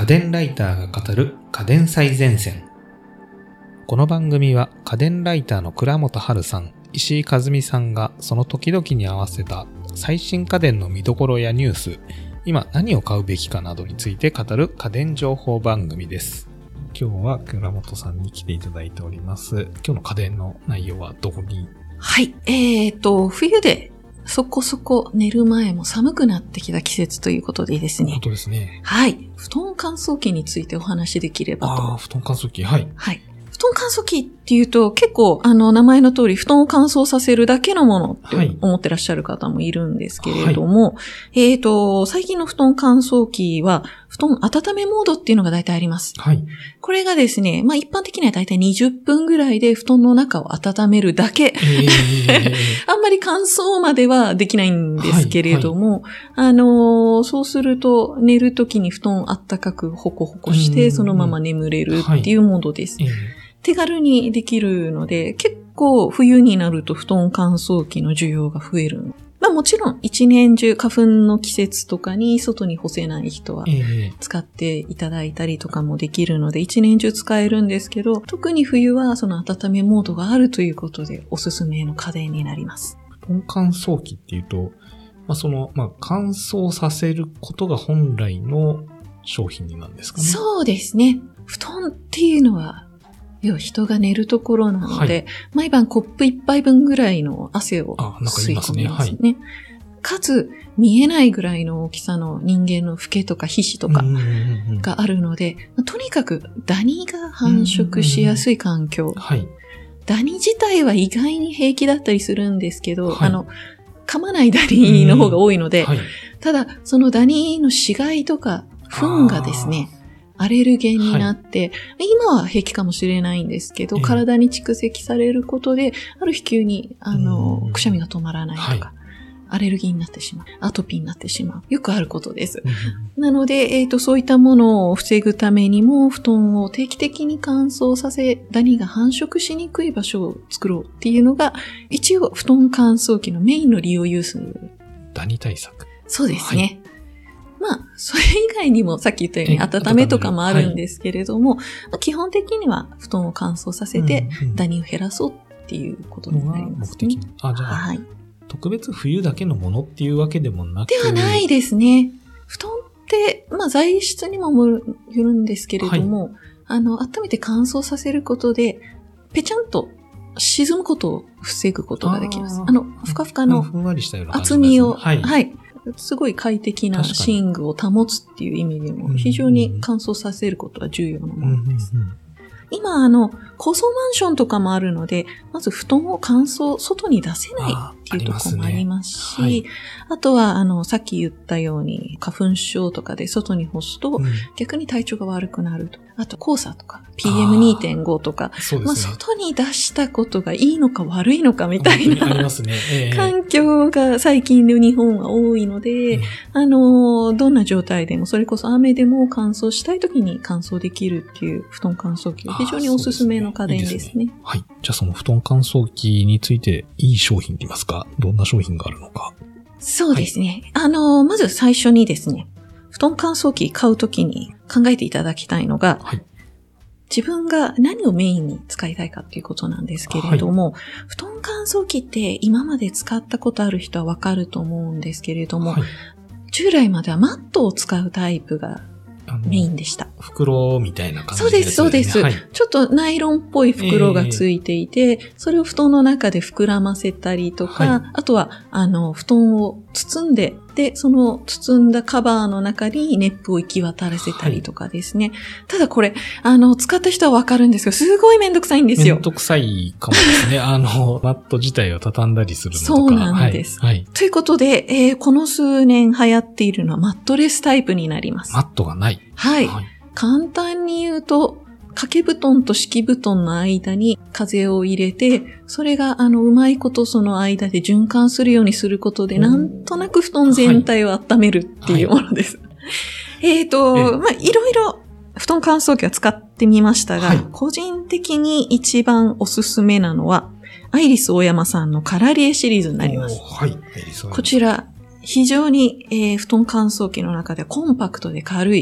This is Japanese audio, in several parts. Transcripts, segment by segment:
家電ライターが語る家電最前線。この番組は家電ライターの倉本春さん、石井和美さんがその時々に合わせた最新家電の見どころやニュース、今何を買うべきかなどについて語る家電情報番組です。今日は倉本さんに来ていただいております。今日の家電の内容はどこに？ はい。冬でそこそこ寝る前も寒くなってきた季節ということでですね。 本当ですね。 はい。布団乾燥機についてお話しできればと。 布団乾燥機、はい。 はい。布団乾燥機っていうと結構名前の通り布団を乾燥させるだけのものって思ってらっしゃる方もいるんですけれども、はい、最近の布団乾燥機は布団温めモードっていうのが大体あります。 はい。 これがですね、一般的には大体20分ぐらいで布団の中を温めるだけ。あんまり乾燥まではできないんですけれども、そうすると寝るときに布団あったかくホコホコしてそのまま眠れるっていうモードです。手軽にできるので、結構冬になると布団乾燥機の需要が増える。もちろん一年中花粉の季節とかに外に干せない人は使っていただいたりとかもできるので一年中使えるんですけど、特に冬はその温めモードがあるということでおすすめの家電になります。 布団乾燥機っていうと、乾燥させることが本来の商品になるんですかね。 そうですね。布団っていうのは要は人が寝るところなので、毎晩コップ一杯分ぐらいの汗を吸い込みますね。かつ、見えないぐらいの大きさの人間のフケとか皮脂とかがあるので、とにかくダニが繁殖しやすい環境。ダニ自体は意外に平気だったりするんですけど、噛まないダニの方が多いので、ただ、そのダニの死骸とか糞がですね、アレルゲンになって、今は平気かもしれないんですけど、体に蓄積されることで、ある日急に、くしゃみが止まらないとか、アレルギーになってしまう。アトピーになってしまう。よくあることです。なので、そういったものを防ぐためにも、布団を定期的に乾燥させ、ダニが繁殖しにくい場所を作ろうっていうのが、一応、布団乾燥機のメインの利用ユース。 ダニ対策。 そうですね。それ以外にもさっき言ったように温めとかもあるんですけれども、基本的には布団を乾燥させてダニを減らそうっていうことになりますね。 特別冬だけのものっていうわけでもなくではないですね。布団って、材質にもよるんですけれども、温めて乾燥させることで、ぺちゃんと沈むことを防ぐことができます。ふかふかの厚みを、すごい快適な寝具を保つっていう意味でも非常に乾燥させることは重要なものです。今高層マンションとかもあるので、まず布団を外に出せないっていうところもありますし、あとはさっき言ったように花粉症とかで外に干すと逆に体調が悪くなると。あと黄砂とか PM2.5 とか、外に出したことがいいのか悪いのかみたいな環境が最近の日本は多いので、どんな状態でもそれこそ雨でも乾燥したい時に乾燥できるっていう布団乾燥機は非常におすすめの家電ですね。 はい。じゃあその布団乾燥機についていい商品って言いますか、どんな商品があるのか。 そうですね。まず最初にですね、布団乾燥機買うときに考えていただきたいのが、自分が何をメインに使いたいかっていうことなんですけれども、布団乾燥機って今まで使ったことある人はわかると思うんですけれども、従来まではマットを使うタイプがメインでした。 袋みたいな感じですね。 そうです、そうです。ちょっとナイロンっぽい袋がついていて、それを布団の中で膨らませたりとか、あとは、布団を包んで、で、その包んだカバーの中に熱風を行き渡らせたりとかですね。ただこれ、使った人はわかるんですけど、すごいめんどくさいんですよ。 めんどくさいかもですね。マット自体を畳んだりするのとか。 そうなんです。ということで、この数年流行っているのはマットレスタイプになります。 マットがない。 簡単に言うと、掛け布団と敷布団の間に風を入れて、それがうまいことその間で循環するようにすることで、なんとなく布団全体を温めるっていうものです。いろいろ布団乾燥機は使ってみましたが、個人的に一番おすすめなのは、アイリスオーヤマさんのカラリエシリーズになります。こちら、非常に、布団乾燥機の中でコンパクトで軽い。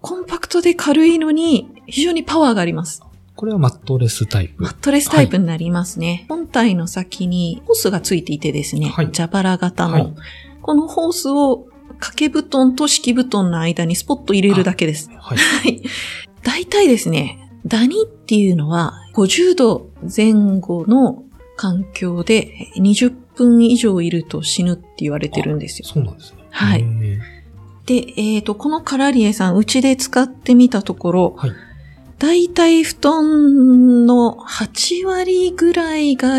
コンパクトで軽いのに非常にパワーがあります。 これはマットレスタイプ。 マットレスタイプになりますね。本体の先にホースがついていてですね、蛇腹型の、このホースを掛け布団と敷布団の間にスポッと入れるだけです。大体ですね、ダニっていうのは50度前後の環境で20分以上いると死ぬって言われてるんですよ。 そうなんですね。 はい。で、このカラリエさん、うちで使ってみたところ、だいたい布団の8割ぐらいが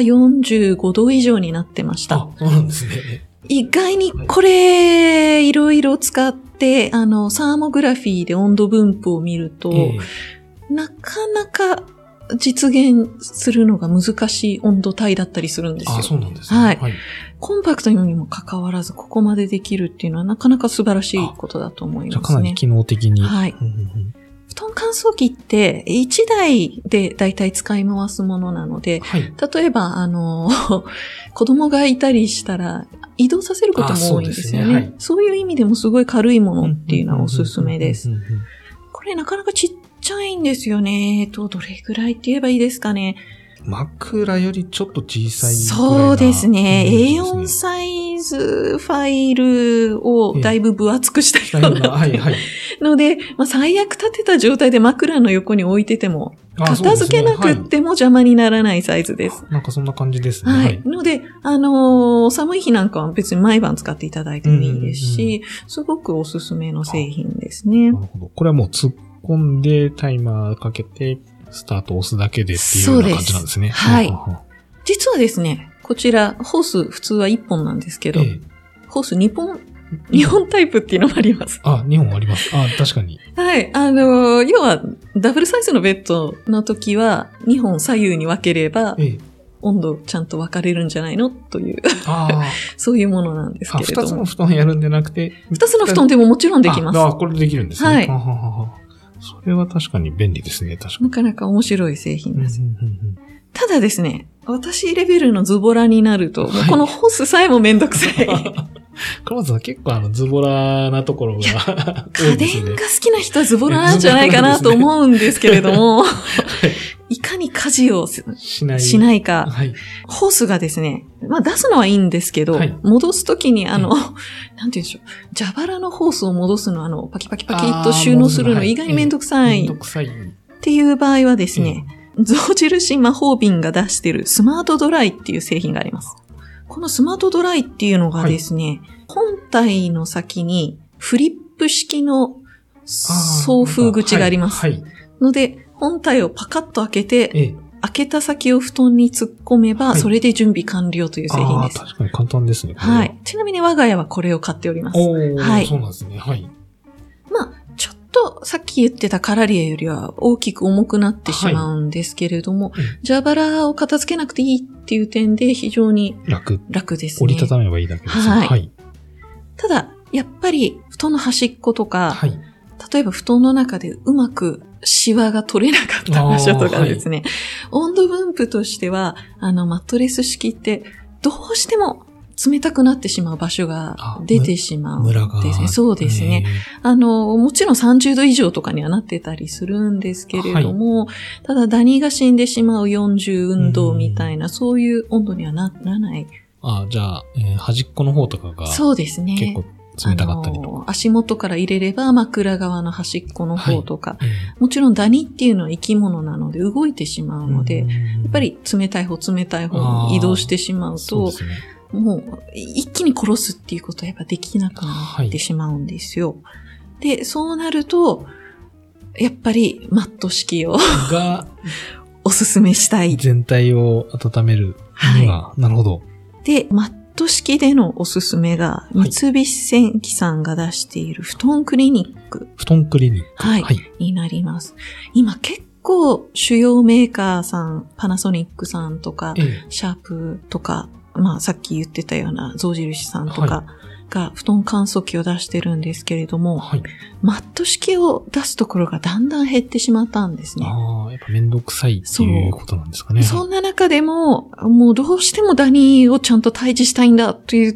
45度以上になってました。 そうなんですね。 意外にこれ、いろいろ使って、サーモグラフィーで温度分布を見ると、なかなか実現するのが難しい温度帯だったりするんですよ。 そうなんですね。 コンパクトにもかかわらず、ここまでできるっていうのはなかなか素晴らしいことだと思いますね。 じゃあかなり機能的に。 布団乾燥機って1台でだいたい使い回すものなので、例えば、子供がいたりしたら移動させることも多いんですよね。そういう意味でもすごい軽いものっていうのはおすすめです。これなかなかちっちゃいんですよね。どれぐらいって言えばいいですかね。 枕よりちょっと小さいぐらいな。 そうですね。A4 サイズファイルをだいぶ分厚くしたようなので、最悪立てた状態で枕の横に置いてても、片付けなくっても邪魔にならないサイズです。 なんかそんな感じですね。 ので、寒い日なんかは別に毎晩使っていただいてもいいですし、すごくおすすめの製品ですね。 なるほど。これはもう突っ込んでタイマーかけて、スタートを押すだけでっていうような感じなんですね。 実はですね、こちら、ホース普通は1本なんですけど、ホース2本タイプっていうのもあります。 2本あります。確かに。 要は、ダブルサイズのベッドの時は、2本左右に分ければ、温度ちゃんと分かれるんじゃないのという、そういうものなんですけれども。 2つの布団やるんじゃなくて、 2つの布団でももちろんできます。 これできるんですね。それは確かに便利ですね、確かに。 なかなか面白い製品です。ただですね、私レベルのズボラになると、このホースさえもめんどくさい。 カラさん結構ズボラなところが家電が好きな人はズボラなんじゃないかなと思うんですけれども、いかに家事をしないか。ホースがですね、出すのはいいんですけど、戻すときになんて言うんでしょう、蛇腹のホースを戻すのパキパキパキっと収納するの意外にめんどくさい。っていう場合はですね、象印魔法瓶が出しているスマートドライっていう製品があります。このスマートドライっていうのがですね、本体の先にフリップ式の送風口があります。ので、本体をパカッと開けて、開けた先を布団に突っ込めば、それで準備完了という製品です。 確かに簡単ですね。 ちなみに我が家はこれを買っております。 そうなんですね。 ちょっとさっき言ってたカラリエよりは大きく重くなってしまうんですけれども、蛇腹を片付けなくていいっていう点で非常に楽ですね。 折りたためばいいだけです。 ただ、やっぱり布団の端っことか、例えば布団の中でうまくシワが取れなかった場所とかですね、温度分布としては、マットレス式ってどうしても冷たくなってしまう場所が出てしまうんですね。そうですね。もちろん30度以上とかにはなってたりするんですけれども、ただダニが死んでしまう40運動みたいな、そういう温度にはならない。 じゃあ、端っこの方とかが。 そうですね。 結構冷たかったりとか。 足元から入れれば枕側の端っこの方とか、もちろんダニっていうのは生き物なので動いてしまうので、やっぱり冷たい方に移動してしまうと、もう一気に殺すっていうことはやっぱできなくなってしまうんですよ。で、そうなると、やっぱりマット式をおすすめしたい。 全体を温めるのが、なるほど。 で、マット式でのおすすめが、三菱電機さんが出している布団クリニック。 布団クリニック。 になります。今結構主要メーカーさん、パナソニックさんとか、シャープとか、さっき言ってたような象印さんとかが布団乾燥機を出してるんですけれども、マット式を出すところがだんだん減ってしまったんですね。 やっぱめんどくさいっていうことなんですかね。 そんな中でも、もうどうしてもダニをちゃんと退治したいんだという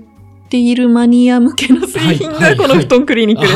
っているマニア向けの製品がこの布団クリニックです。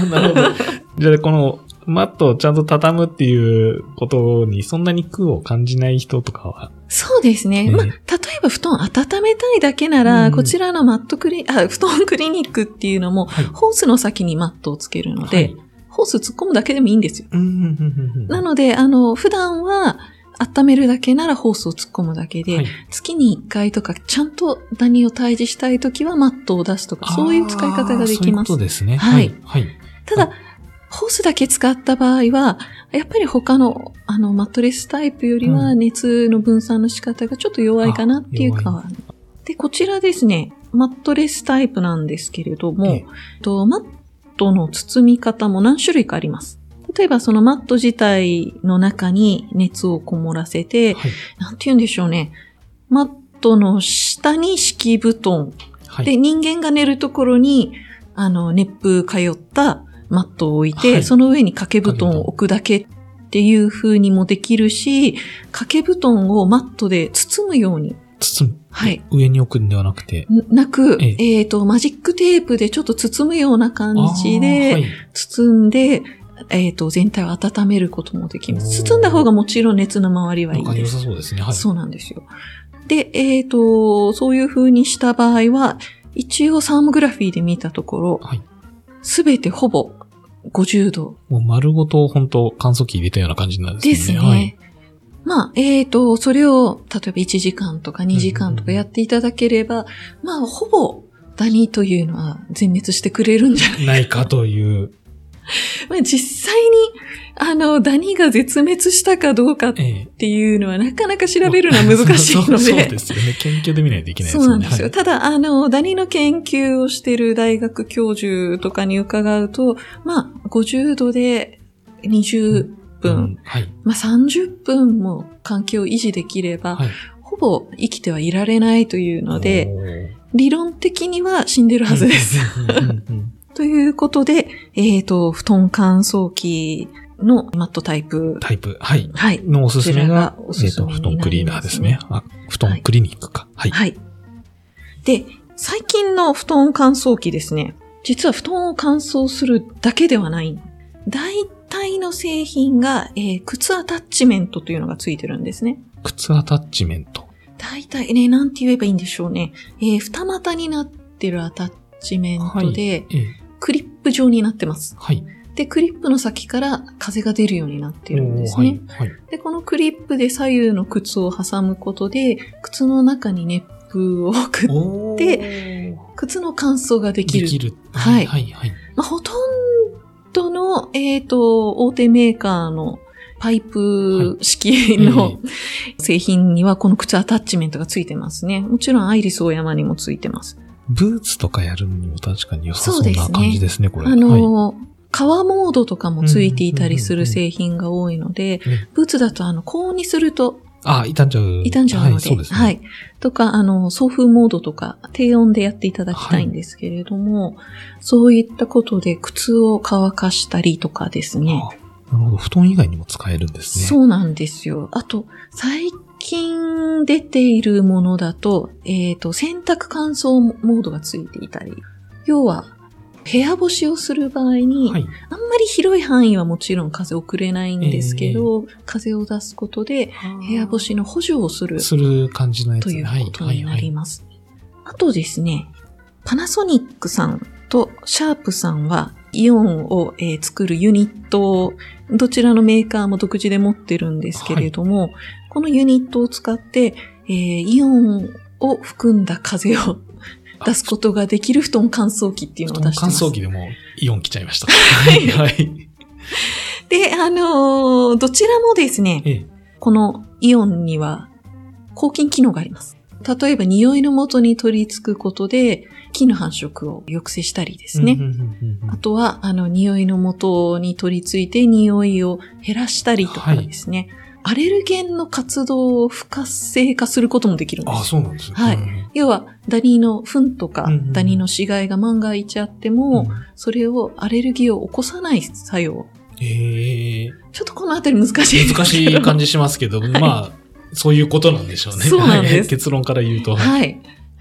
なるほど。じゃあこのマットをちゃんと畳むっていうことにそんなに苦を感じない人とかはそうですね。例えば布団温めたいだけなら、こちらの布団クリニックっていうのも、ホースの先にマットをつけるので、ホース突っ込むだけでもいいんですよ。なので、普段は温めるだけならホースを突っ込むだけで、月に1回とかちゃんとダニを退治したいときはマットを出すとか、そういう使い方ができます。そういうことですね。 ただ、ホースだけ使った場合は、やっぱり他の、マットレスタイプよりは熱の分散の仕方がちょっと弱いかなっていうか。で、こちらですね、マットレスタイプなんですけれども、マットの包み方も何種類かあります。例えばそのマット自体の中に熱をこもらせて、なんて言うんでしょうね。マットの下に敷布団。で、人間が寝るところに、熱風通ったマットを置いて、その上に掛け布団を置くだけっていう風にもできるし、掛け布団をマットで包むように。 包む？上に置くんではなくて。 マジックテープでちょっと包むような感じで、包んで、全体を温めることもできます。包んだ方がもちろん熱の回りはいいです。 わかりやすそうですね。 そうなんですよ。で、そういう風にした場合は、一応サーモグラフィーで見たところ、すべてほぼ50度。 もう丸ごと本当乾燥機入れたような感じなんですね。 ですね。それを、例えば1時間とか2時間とかやっていただければ、ほぼダニというのは全滅してくれるんじゃないかという。 実際に、ダニが絶滅したかどうかっていうのはなかなか調べるのは難しいので。 そうですよね。研究で見ないといけないですよね。 そうなんですよ。ただ、ダニの研究をしている大学教授とかに伺うと、50度で20分、30分も環境を維持できれば、ほぼ生きてはいられないというので、理論的には死んでるはずです。ということで、布団乾燥機のマットタイプ。のおすすめが、布団クリーナーですね。 布団クリニックか。 で、最近の布団乾燥機ですね。実は布団を乾燥するだけではない。大体の製品が、靴アタッチメントというのがついてるんですね。 靴アタッチメント。 大体ね、なんて言えばいいんでしょうね。二股になってるアタッチメントで、クリップ状になってます。で、クリップの先から風が出るようになってるんですね。で、このクリップで左右の靴を挟むことで、靴の中に熱風を送って、靴の乾燥ができる。ほとんどの、大手メーカーのパイプ式の製品にはこの靴アタッチメントがついてますね。もちろんアイリスオーヤマにもついてます。 ブーツとかやるにも確かに良さそうな感じですね、これ。 革モードとかもついていたりする製品が多いので、ブーツだと高温にすると、 傷んじゃう。 傷んじゃうので、そうですね。とか、送風モードとか、低温でやっていただきたいんですけれども、そういったことで靴を乾かしたりとかですね。 なるほど。布団以外にも使えるんですね。 そうなんですよ。あと、最近出ているものだと、洗濯乾燥モードがついていたり、要は、部屋干しをする場合に、あんまり広い範囲はもちろん風を送れないんですけど、風を出すことで、部屋干しの補助をする感じのやつということになります。あとですね、パナソニックさんとシャープさんは、イオンを、作るユニットを、どちらのメーカーも独自で持ってるんですけれども、このユニットを使って、イオンを含んだ風を出すことができる布団乾燥機っていうのを出してます。 布団乾燥機でもイオン来ちゃいました。 で、どちらもですね、このイオンには抗菌機能があります。例えば匂いの元に取り付くことで菌の繁殖を抑制したりですね。あとは匂いの元に取り付いて匂いを減らしたりとかですね。アレルゲンの活動を不活性化することもできるんです。 そうなんですね。 要はダニの糞とかダニの死骸が万が一あっても、それをアレルギーを起こさない作用。ちょっとこのあたり難しいですけど。 難しい感じしますけど、そういうことなんでしょうね。 そうなんです。 結論から言うと。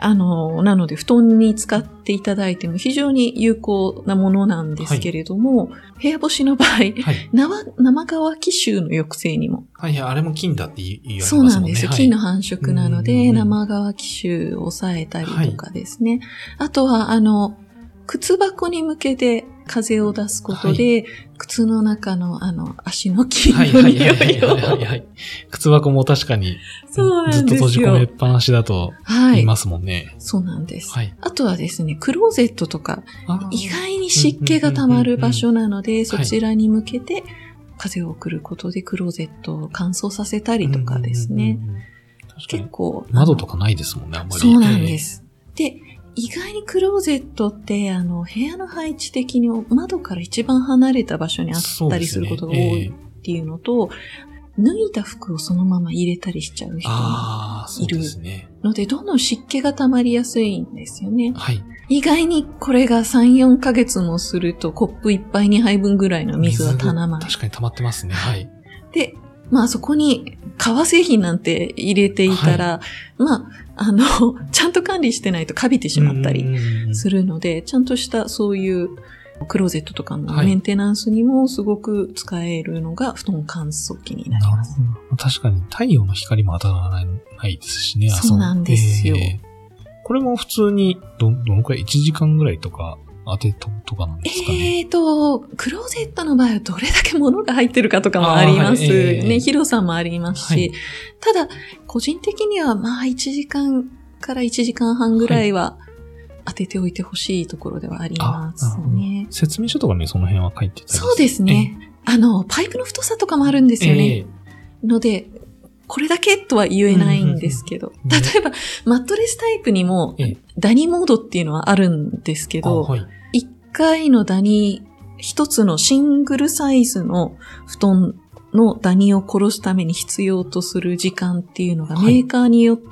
なので布団に使っていただいても非常に有効なものなんですけれども、部屋干しの場合、生乾き臭の抑制にも。 はい、あれも菌だって言われますもんね。そうなんですよ。 はい、 菌の繁殖なので、生乾き臭を抑えたりとかですね。あとは、靴箱に向けて風を出すことで、靴の中の足の菌の匂いを。 靴箱も確かに、ずっと閉じ込めっぱなしだと言いますもんね。 そうなんです。あとはですね、クローゼットとか、意外に湿気が溜まる場所なので、そちらに向けて風を送ることでクローゼットを乾燥させたりとかですね。結構。 窓とかないですもんね、あんまり。 そうなんです。で、意外にクローゼットって、部屋の配置的に窓から一番離れた場所にあったりすることが多いっていうのと、脱いだ服をそのまま入れたりしちゃう人もいるので、どんどん湿気が溜まりやすいんですよね。意外にこれが3、4ヶ月もするとコップ1杯2杯分ぐらいの水は溜まる。 確かに溜まってますね。 で、そこに革製品なんて入れていたら、ちゃんと管理してないとカビてしまったりするので、ちゃんとしたそういうクローゼットとかのメンテナンスにもすごく使えるのが布団乾燥機になります。 確かに太陽の光も当たらないですしね。 そうなんですよ。 これも普通にどのくらい1時間ぐらいとか当てとかなんですかね。 クローゼットの場合はどれだけ物が入ってるかとかもありますね。広さもありますし。ただ、個人的には1時間から1時間半ぐらいは当てておいてほしいところではありますね。 説明書とかにその辺は書いてたりそうですね。パイプの太さとかもあるんですよね。ので、これだけとは言えないんですけど。例えば、マットレスタイプにも、ダニモードっていうのはあるんですけど、1回のダニ、1つのシングルサイズの布団のダニを殺すために必要とする時間っていうのがメーカーによって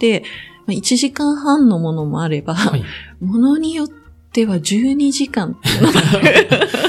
、1時間半のものもあれば、ものによっては12時間っていうのもある。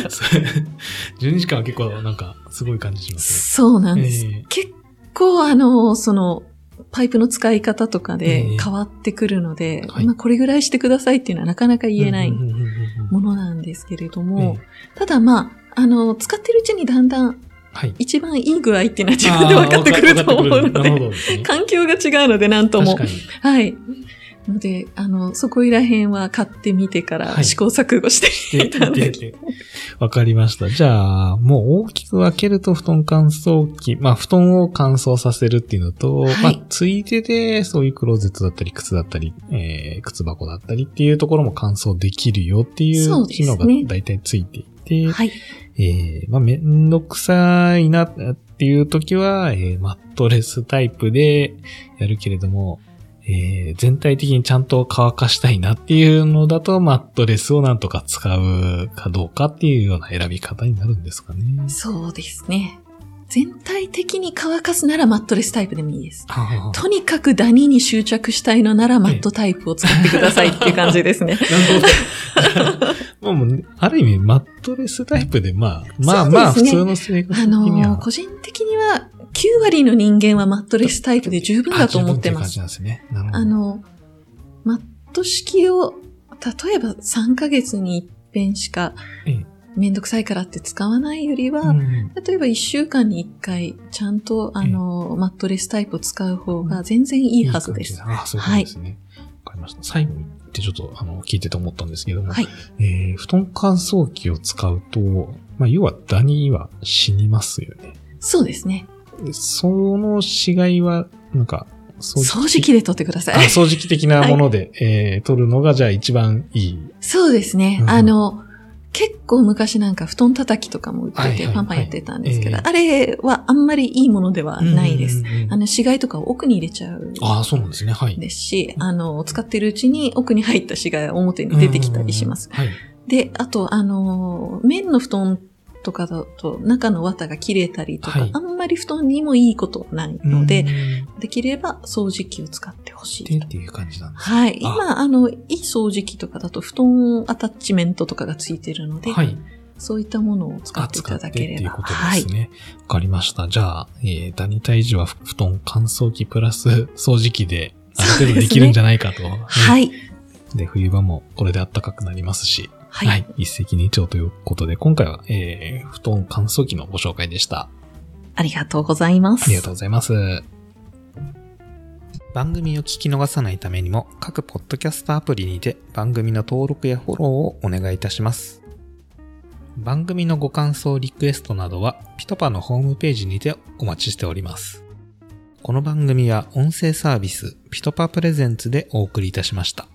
12時間は結構なんかすごい感じしますね。 そうなんです。結構パイプの使い方とかで変わってくるので、これぐらいしてくださいっていうのはなかなか言えないものなんですけれども、ただ使ってるうちにだんだん一番いい具合っていうのは自分で分かってくると思うので、環境が違うのでなんとも。ので、そこいら辺は買ってみてから試行錯誤していたんで。 わかりました。じゃあ、もう大きく分けると布団乾燥機、布団を乾燥させるっていうのと、ついででそういうクローゼットだったり、靴だったり、靴箱だったりっていうところも乾燥できるよっていう機能が大体ついていて、めんどくさいなっていう時は、マットレスタイプでやるけれども、全体的にちゃんと乾かしたいなっていうのだと、マットレスをなんとか使うかどうかっていうような選び方になるんですかね。 そうですね。全体的に乾かすならマットレスタイプでもいいです。とにかくダニに執着したいのならマットタイプを使ってくださいっていう感じですね。 なるほど。もうある意味マットレスタイプで普通の生活的には。 個人的には9割の人間はマットレスタイプで十分だと思ってます。 十分っていう感じなんですね。なるほど。 マット式を例えば3ヶ月に一遍しかめんどくさいからって使わないよりは、例えば1週間に1回ちゃんとマットレスタイプを使う方が全然いいはずです。 そうですね。わかりました。最後にってちょっと聞いてて思ったんですけども、布団乾燥機を使うと、要はダニは死にますよね。 そうですね。 その死骸は、 掃除機で取ってください。 掃除機的なもので、取るのがじゃあ一番いい。 そうですね。結構昔布団叩きとかも売ってて、パンパンやってたんですけど、あれはあんまりいいものではないです。死骸とかを奥に入れちゃう。 そうなんですね。 ですし、使ってるうちに奥に入った死骸が表に出てきたりします。で、あと、綿の布団とかだと中の綿が切れたりとか、あんまり布団にもいいことはないので、できれば掃除機を使ってほしいっていう感じなんですね。 今、いい掃除機とかだと布団アタッチメントとかがついてるので、そういったものを使っていただければ。 っていうことですね。わかりました。じゃあ、ダニ退治は布団乾燥機プラス掃除機である程度できるんじゃないかと。 で、冬場もこれで暖かくなりますし、 はい。 はい。一石二鳥ということで、今回は、布団乾燥機のご紹介でした。 ありがとうございます。 ありがとうございます。番組を聞き逃さないためにも、各ポッドキャストアプリにて番組の登録やフォローをお願いいたします。番組のご感想、リクエストなどは、ピトパのホームページにてお待ちしております。この番組は音声サービス、ピトパプレゼンツでお送りいたしました。